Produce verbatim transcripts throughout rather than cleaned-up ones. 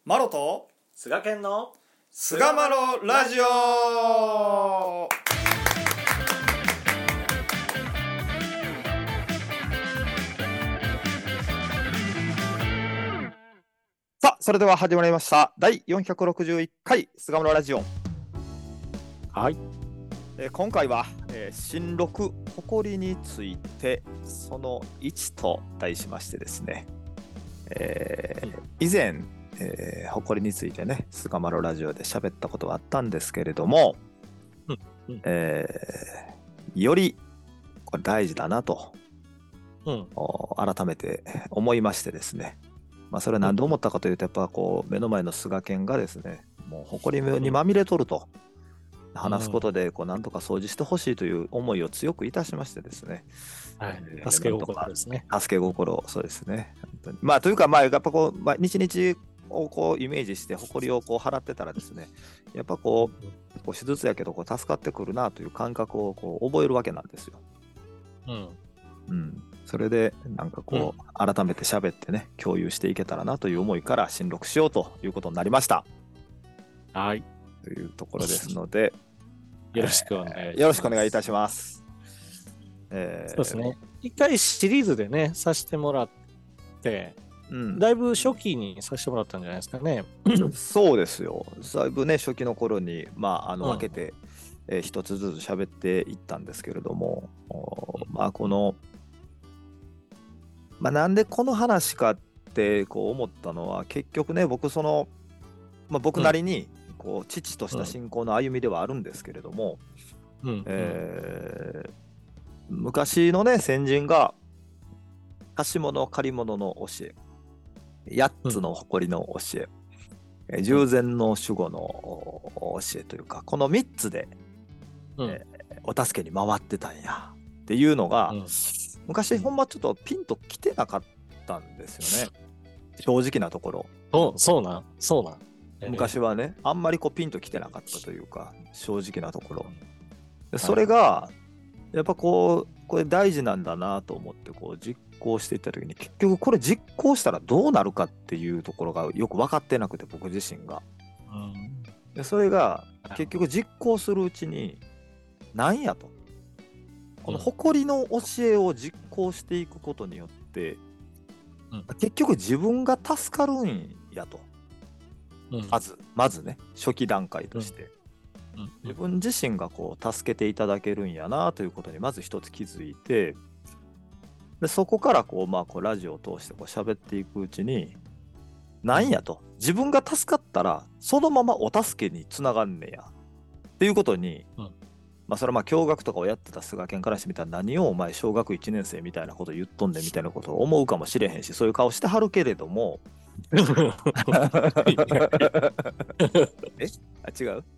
マロと菅健の菅マロラジオ。さあ、それでは始まりましただいよんひゃくろくじゅういっかい菅マロラジオ。 はい、 えー今回は、えー新録誇りについてそのいちと題しましてですね、えー以前、えー誇りについてね菅マロラジオで喋ったことはあったんですけれども、 うんうんえーよりこれ大事だなとうんお改めて思いましてですね、まあ、それは何で思ったかというと、やっぱこう目の前の菅健がですねもう誇りにまみれとると話すことでこう何とか掃除してほしいという思いを強くいたしましてですね、 はいえー助け心ですね。 助け心、そうですね。本当にまあというか、まあやっぱこう、まあ、日々をこうイメージして誇りをこう払ってたらですね、やっぱこう少しずつやけどこう助かってくるなという感覚をこう覚えるわけなんですよ。 うんうん、それでなんかこう、うん、改めて喋ってね共有していけたらなという思いから新録しようということになりました。 はい。 というところですのでよろしくお願いします。 えーよろしくお願いいたします。えー、 そうですね。一回シリーズでねさせてもらって、うん、だいぶ初期にさせてもらったんじゃないですかね。 そうですよ。だいぶね初期の頃にまああの分けて、うんえー、一つずつ喋っていったんですけれども、うん、まあこのまあなんでこの話かってこう思ったのは結局ね僕その、まあ、僕なりにこう父とした信仰の歩みではあるんですけれども、うんえー、昔のね先人が貸物借り物の教え、やっつの誇りの教え、うん、従前の守護の教えというかこのみっつで、うんえー、お助けに回ってたんやっていうのが、うん、昔ほんまちょっとピンときてなかったんですよね、正直なところ。 そうそうなんそうなん、 えー、昔はねあんまりこうピンときてなかったというか正直なところでそれが、はい、やっぱこうこれ大事なんだなと思ってこう実行していった時に結局これ実行したらどうなるかっていうところがよく分かってなくて僕自身が、うん、でそれが結局実行するうちになんやとこの誇りの教えを実行していくことによって、うん、結局自分が助かるんやと、うん、まずまずね初期段階として、うん、自分自身がこう助けていただけるんやなということにまず一つ気づいて、でそこからこうまあこうラジオを通してこう喋っていくうちになんやと自分が助かったらそのままお助けにつながんねやっていうことに、うん、まあそれはまあ共学とかをやってた菅健からしてみたら何をお前小学いちねん生みたいなこと言っとんねんみたいなことを思うかもしれへんしそういう顔してはるけれどもえあ違う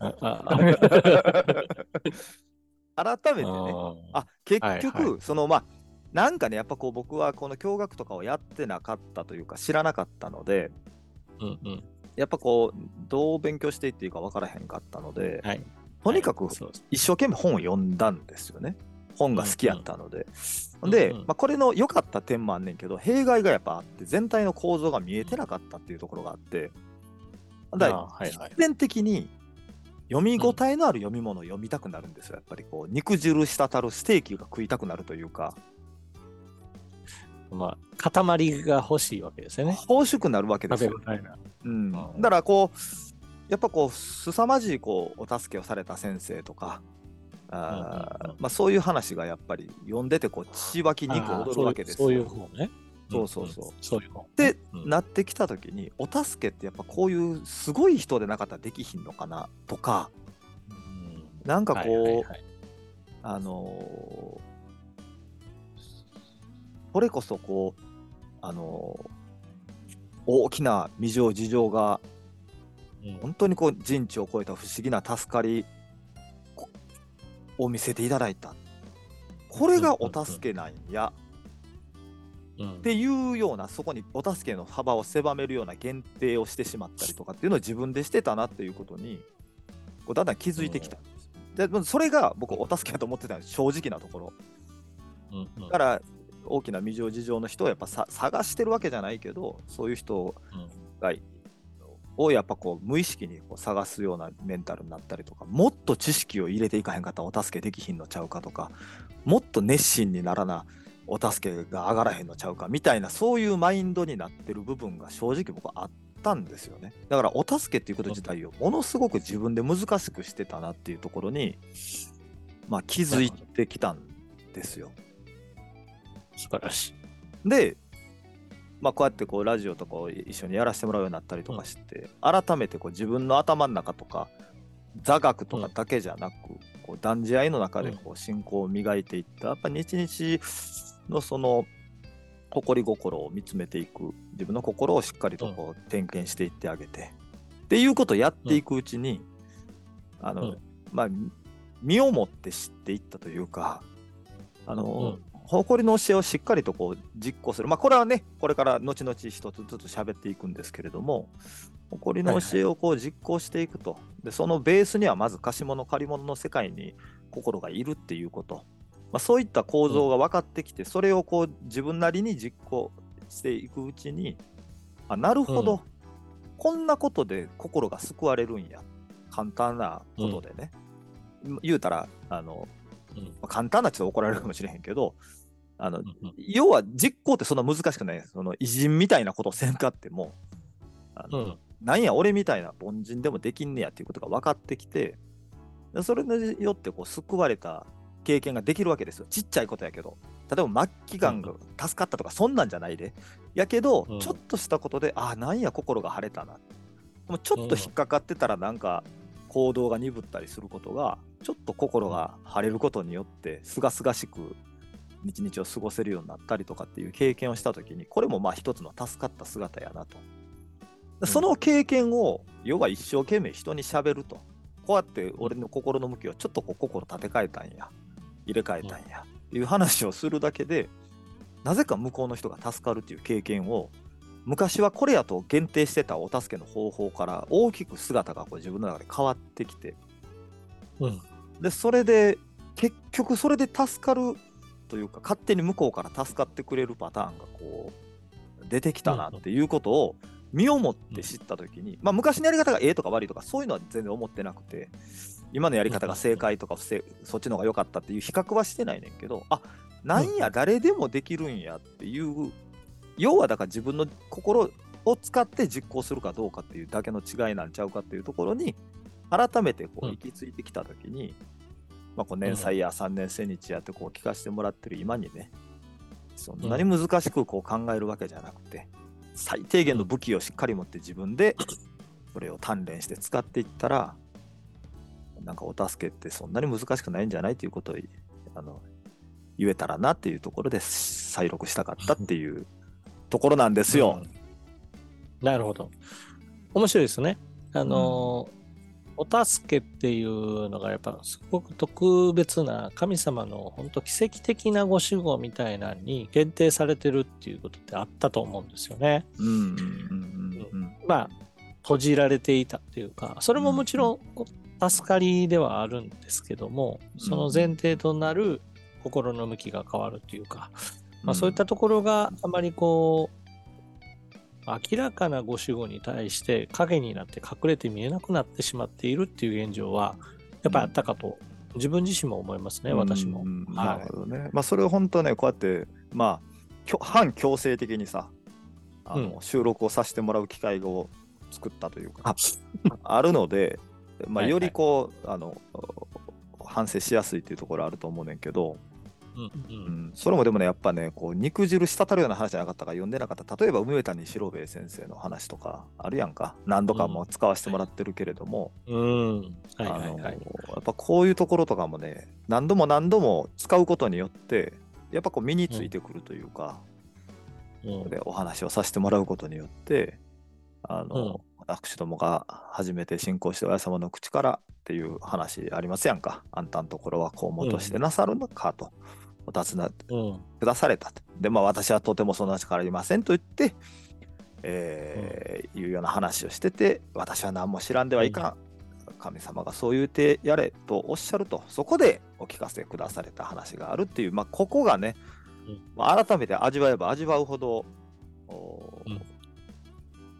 改めてねあ結局、はいはい、そのまあなんかねやっぱこう僕はこの共学とかをやってなかったというか知らなかったので、うんうん、やっぱこうどう勉強していっていいか分からへんかったので、はい、とにかく一生懸命本を読んだんですよね。本が好きやったので、うんうん、で、まあ、これの良かった点もあんねんけど弊害がやっぱあって全体の構造が見えてなかったっていうところがあってだから必然的に読み応えのある読み物を読みたくなるんですよ。やっぱりこう肉汁滴るステーキが食いたくなるというかまあ塊が欲しいわけですよね。 欲しくなるわけですよ、うん、だからこうやっぱこう凄まじいこうお助けをされた先生とかあ、うんうんうんまあ、そういう話がやっぱり読んでてこう血湧き肉踊るわけですよ。 そういう方ね。 そうそうそう。 うんうん、そういう方、ね。 で、うん、なってきた時にお助けってやっぱこういうすごい人でなかったらできひんのかなとか、うん、なんかこう、はいはいはい、あのー、それこそこうあのー、大きな未情事情が、うん、本当にこう人知を超えた不思議な助かりを見せていただいた。これがお助けなんや、うんうんうん、っていうようなそこにお助けの幅を狭めるような限定をしてしまったりとかっていうのを自分でしてたなっていうことにこうだんだん気づいてきたんです、うん、でそれが僕お助けだと思ってたの正直なところ、うんうん、だから大きな未情事情の人をやっぱさ探してるわけじゃないけどそういう人が、 をやっぱこう無意識にこう探すようなメンタルになったりとか、もっと知識を入れていかへんかったらお助けできひんのちゃうかとか、もっと熱心にならなお助けが上がらへんのちゃうかみたいな、そういうマインドになってる部分が正直僕はあったんですよね。だからお助けっていうこと自体をものすごく自分で難しくしてたなっていうところに、まあ、気づいてきたんですよ。 素晴らしい。 で、まあ、こうやってこうラジオとかを一緒にやらせてもらうようになったりとかして、うん、改めてこう自分の頭の中とか座学とかだけじゃなく、うん、こう断じ合いの中でこう信仰を磨いていった、やっぱ日々のその誇り心を見つめていく、自分の心をしっかりとこう点検していってあげて、うん、っていうことをやっていくうちに、うん、あの、うん、まあ身をもって知っていったというか、あの、うん、誇りの教えをしっかりとこう実行する。まあこれはね、これから後々一つずつ喋っていくんですけれども、誇りの教えをこう実行していくと。で、そのベースにはまず貸し物借り物の世界に心がいるっていうこと。まあ、そういった構造が分かってきて、うん、それをこう自分なりに実行していくうちに、あ、なるほど、うん、こんなことで心が救われるんや。簡単なことでね。うん、言うたら、あの、うんまあ、簡単なちょっと怒られるかもしれへんけど、あの、うん、要は実行ってそんな難しくない。その偉人みたいなことをせんかっても、あの、うん、なんや俺みたいな凡人でもできんねやっていうことが分かってきて、それによってこう救われた経験ができるわけですよ。ちっちゃいことやけど、例えば末期がんが助かったとかそんなんじゃないで、やけど、うん、ちょっとしたことで、ああなんや心が晴れたな。でもちょっと引っかかってたらなんか行動が鈍ったりすることが、ちょっと心が晴れることによってすがすがしく日々を過ごせるようになったりとかっていう経験をしたときに、これもまあ一つの助かった姿やなと。その経験を要は一生懸命人に喋ると、こうやって俺の心の向きをちょっとこう心立て替えたんや、入れ替えたんやっていう話をするだけで、なぜか向こうの人が助かるっていう経験を、昔はこれやと限定してたお助けの方法から大きく姿がこう自分の中で変わってきて、うん、でそれで結局それで助かるというか、勝手に向こうから助かってくれるパターンがこう出てきたなっていうことを身をもって知ったときに、まあ昔のやり方がええとか悪いとかそういうのは全然思ってなくて、今のやり方が正解とか不正、そっちの方が良かったっていう比較はしてないねんけど、あ、なんや誰でもできるんやっていう、要はだから自分の心を使って実行するかどうかっていうだけの違いなんちゃうかっていうところに改めてこう行き着いてきたときに、まあ、こう年祭やさんねん生日やってこう聞かせてもらってる今にね、そんなに難しくこう考えるわけじゃなくて、最低限の武器をしっかり持って自分でそれを鍛錬して使っていったら、なんかお助けってそんなに難しくないんじゃないということをあの言えたらなっていうところで再録したかったっていうところなんですよ。 うん、なるほど。面白いですね。あのーうんお助けっていうのがやっぱすごく特別な神様の本当奇跡的なご守護みたいなのに限定されてるっていうことってあったと思うんですよね。まあ閉じられていたっていうか、それももちろん助かりではあるんですけども、その前提となる心の向きが変わるっていうか、まあ、そういったところがあまりこう明らかなご守護に対して影になって隠れて見えなくなってしまっているっていう現状はやっぱりあったかと自分自身も思いますね、私も。 なるほどね。まあそれを本当ね、こうやってまあ反強制的にさ、あの、うん、収録をさせてもらう機会を作ったというかあるので、まあよりこう、はいはい、あの反省しやすいっていうところあると思うねんけど。うんうんうん、それもでもねやっぱねこう肉汁滴るような話じゃなかったから読んでなかった。例えば梅谷四郎兵衛先生の話とかあるやんか。何度かも使わせてもらってるけれども、やっぱこういうところとかもね何度も何度も使うことによってやっぱこう身についてくるというか、うん、でお話をさせてもらうことによってあの、うん、私どもが初めて信仰して親様の口からっていう話ありますやんか。あんたのところはこうもとしてなさるのかと。うんお尋ねくだされたと。で、まあ私はとてもそんな力ありませんと言って、えーうん、いうような話をしてて、私は何も知らんではいかん。うん、神様がそう言うてやれとおっしゃると、そこでお聞かせくだされた話があるっていう、まあここがね、うんまあ、改めて味わえば味わうほど、うん、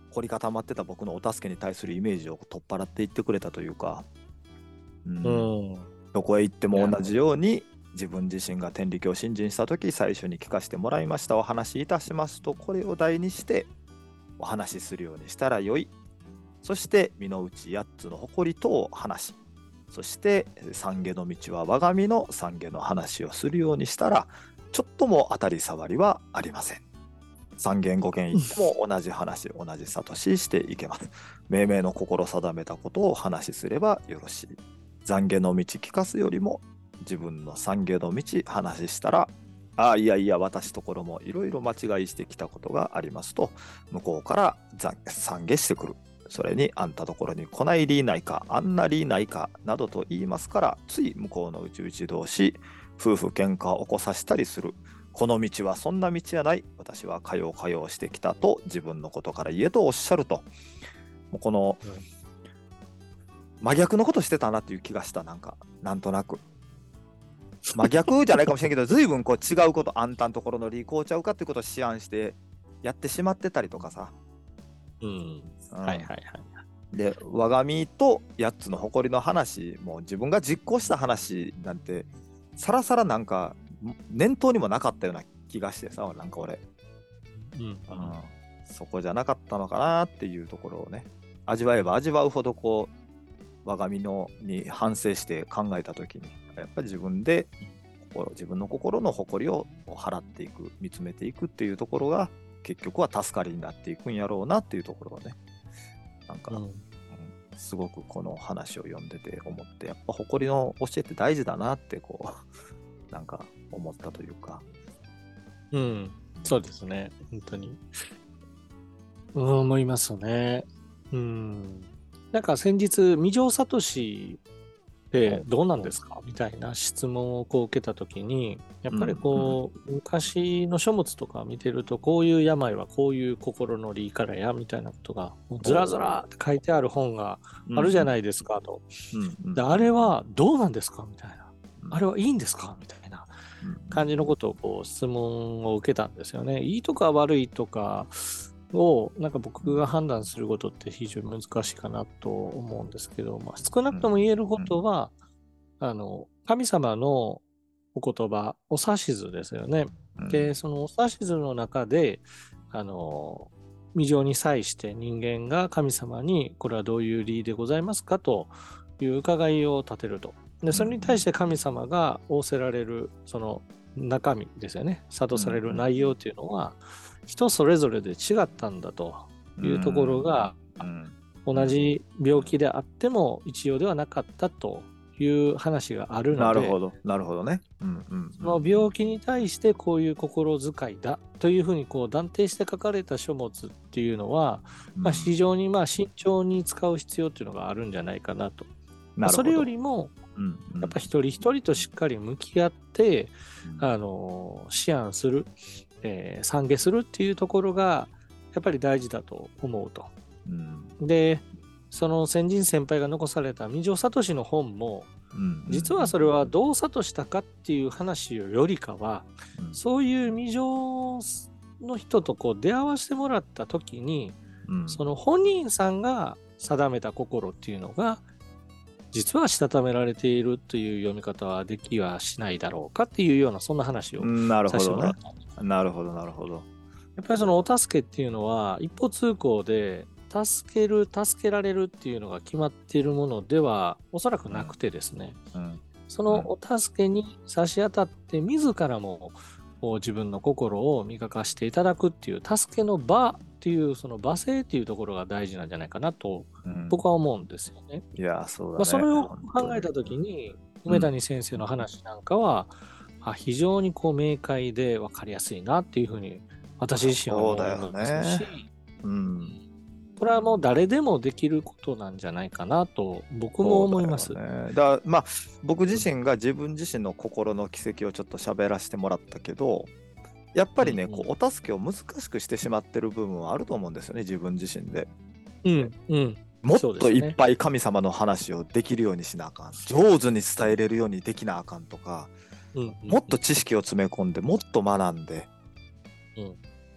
凝り固まってた僕のお助けに対するイメージを取っ払っていってくれたというか、うん、 うん。 どこへ行っても同じように自分自身が天理教を信心した時最初に聞かせてもらいましたお話しいたしますと、これを題にしてお話しするようにしたらよい。そして身の内やっつの誇りとを話し、そして懺悔の道は我が身の懺悔の話をするようにしたらちょっとも当たり障りはありません。三軒五軒行っても同じ話同じ諭ししていけます。命名の心定めたことを話しすればよろしい。懺悔の道聞かすよりも自分の懺悔の道話したら、ああいやいや私ところもいろいろ間違いしてきたことがありますと向こうから懺悔してくる。それにあんたところにこないりないかあんなりないかなどと言いますから、つい向こうのうちうち同士夫婦喧嘩を起こさせたりする。この道はそんな道やない。私はかようかようしてきたと自分のことから言えとおっしゃると。もうこの真逆のことしてたなっていう気がした。なんかなんとなく真逆じゃないかもしれんけど随分こう違うこと、あんたのところの利こうちゃうかっていうことを思案してやってしまってたりとかさ、 うん、うん、はいはいはい。 で我が身とやっつの誇りの話も自分が実行した話なんてさらさらなんか念頭にもなかったような気がしてさ、なんか俺、 うんうん、 そこじゃなかったのかなっていうところをね、味わえば味わうほどこう我が身のに反省して考えた時にやっぱり自分で心自分の心の誇りを払っていく、見つめていくっていうところが結局は助かりになっていくんやろうなっていうところをね、なんか、うん、すごくこの話を読んでて思って、やっぱ誇りの教えって大事だなってこうなんか思ったというか、 うん、そうですね、本当に、うん、思いますね。うん、なんか先日二条聡ってどうなんですかみたいな質問をこう受けたときに、やっぱりこう、うんうん、昔の書物とか見てると、こういう病はこういう心の理からやみたいなことがずらずらって書いてある本があるじゃないですかと、うんうんうん、であれはどうなんですかみたいな、あれはいいんですかみたいな感じのことをこう質問を受けたんですよね。いいとか悪いとかをなんか僕が判断することって非常に難しいかなと思うんですけど、まあ、少なくとも言えることは、うん、あの神様のお言葉、お指図ですよね。うん、でそのお指図の中であの未情に際して人間が神様にこれはどういう理由でございますかという伺いを立てると。でそれに対して神様が仰せられるその中身ですよね。諭される内容というのは、うん、人それぞれで違ったんだというところが、うんうん、同じ病気であっても一様ではなかったという話があるので、 なるほどなるほどね、うんうんうん、 その病気に対してこういう心遣いだというふうにこう断定して書かれた書物っていうのは、うん、まあ、非常にまあ慎重に使う必要っていうのがあるんじゃないかなと。まあ、それよりもうんうん、やっぱ一人一人としっかり向き合って、うん、あの思案する、えー、懺悔するっていうところがやっぱり大事だと思うと。うん、でその先人先輩が残された二条聡の本も、うんうん、実はそれはどう諭したかっていう話よりかは、うん、そういう未情の人とこう出会わせてもらった時に、うん、その本人さんが定めた心っていうのが実はしたためられているという読み方はできはしないだろうかっていうようなそんな話をさせてもらったんです。 なるほどなるほど。 やっぱりそのお助けっていうのは一方通行で助ける助けられるっていうのが決まっているものではおそらくなくてですね、うんうん、そのお助けに差し当たって自らも自分の心を磨かしていただくっていう助けの場っていうその場性っていうところが大事なんじゃないかなと僕は思うんですよね。 うん、いやそうだね。 まあ、それを考えたときに梅谷先生の話なんかは、うん、あ非常にこう明快で分かりやすいなっていうふうに私自身は思いますし、ねうん、これはもう誰でもできることなんじゃないかなと僕も思います。 だね、だまあ僕自身が自分自身の心の軌跡をちょっと喋らせてもらったけど、やっぱりね、うんうん、こうお助けを難しくしてしまってる部分はあると思うんですよね、自分自身で。 うんうん、 もっといっぱい神様の話をできるようにしなあかん、上手に伝えれるようにできなあかんとか、うんうんうん、もっと知識を詰め込んでもっと学んで、うん、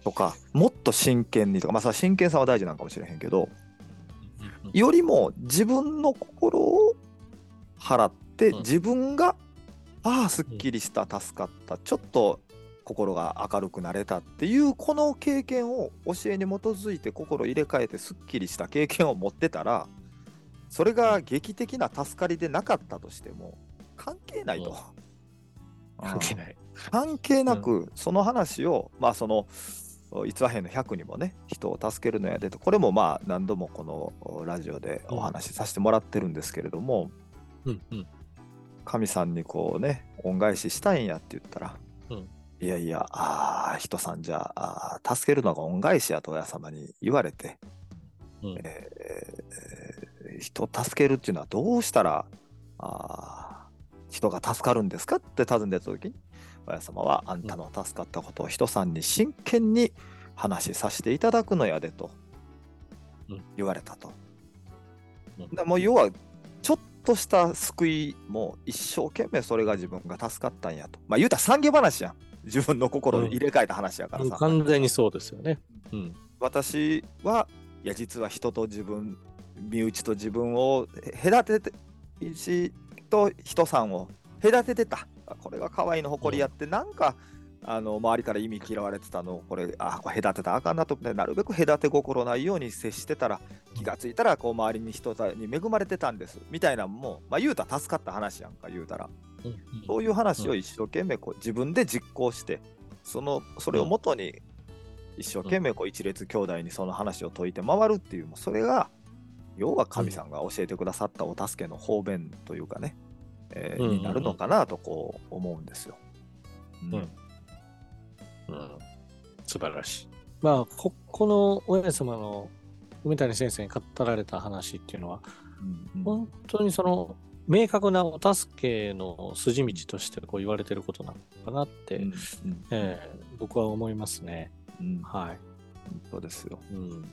とか、もっと真剣にとか、まあさ真剣さは大事なんかもしれへんけど、 うんよりも自分の心を払ってうん自分が、ああすっきりした、助かった、ちょっと心が明るくなれたっていうこの経験を教えに基づいて心入れ替えてすっきりした経験を持ってたら、それが劇的な助かりでなかったとしても関係ないと。 関係ない。 関係なくその話を、まあその逸話編のひゃくにもね、人を助けるのやでと、これもまあ何度もこのラジオでお話しさせてもらってるんですけれども、 うんうん神さんにこうね恩返ししたいんやって言ったら、 うんいやいや、あ人さんじゃあ助けるのが恩返しやと親様に言われて、 うんえー、人を助けるっていうのはどうしたらあ人が助かるんですかって尋ねた時に、親様はあんたの助かったことを人さんに真剣に話しさせていただくのやでと言われたと。 うんだもう要はちょっとした救いも一生懸命それが自分が助かったんやと。まあ言うたら懺悔話やん。自分の心を入れ替えた話やからさ。 完全にそうですよね。うん私はいや実は人と自分、身内と自分を隔てて、石と人さんを隔ててた。これが可愛いの誇りやって、うん、なんかあの周りから意味嫌われてたのをこれあこれ隔てたらあかんなと思って、なるべく隔て心ないように接してたら、気がついたらこう周りに人に恵まれてたんですみたいなのも、まあ、言うたら助かった話やんか。言うたら、うん、そういう話を一生懸命こう自分で実行して、そのそれをもとに一生懸命こう一列兄弟にその話を解いて回るっていう、それが要は神さんが教えてくださったお助けの方便というかね、えー、になるのかなとこう思うんですよ。うんうんうん、素晴らしい。まあここの親様の梅谷先生に語られた話っていうのは、うんうん、本当にその明確なお助けの筋道としてこう言われてることなのかなって、うんうんえー、僕は思いますね。うん、はい。 そうですよ。うんうん、い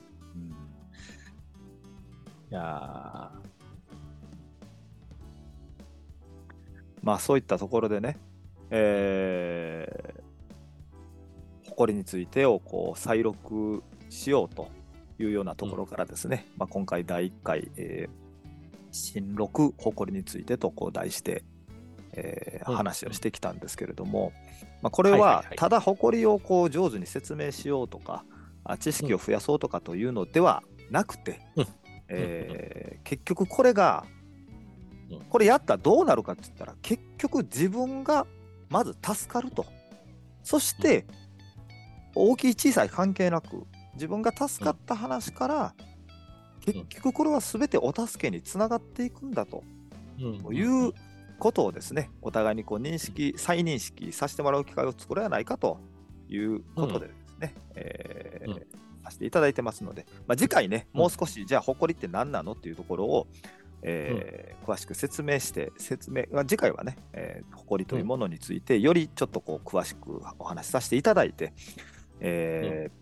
やまあそういったところでね、えー誇りについてをこう再録しようというようなところからですね、うんまあ、今回だいいっかい、えー、新録誇りについてとこう題して、えーうん、話をしてきたんですけれども、まあ、これはただ誇りをこう上手に説明しようとか、うん、知識を増やそうとかというのではなくて、うんえー、結局これがこれやったらどうなるかって言ったら、結局自分がまず助かると、そして、うん大きい小さい関係なく自分が助かった話から、うん、結局これは全てお助けにつながっていくんだと、うん、ということをですね、お互いにこう認識再認識させてもらう機会を作らないかということでですね、うんえーうん、させていただいてますので、まあ、次回ねもう少しじゃあ誇りって何なのっていうところを、えーうん、詳しく説明して説明次回はね、えー、誇りというものについてよりちょっとこう詳しくお話しさせていただいて、えーうん、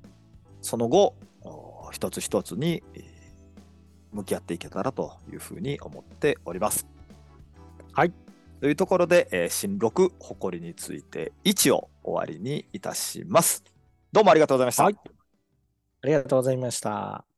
その後一つ一つに向き合っていけたらというふうに思っております。 はい。 というところで、えー、新録誇りについていちを終わりにいたします。どうもありがとうございました。 はい。ありがとうございました。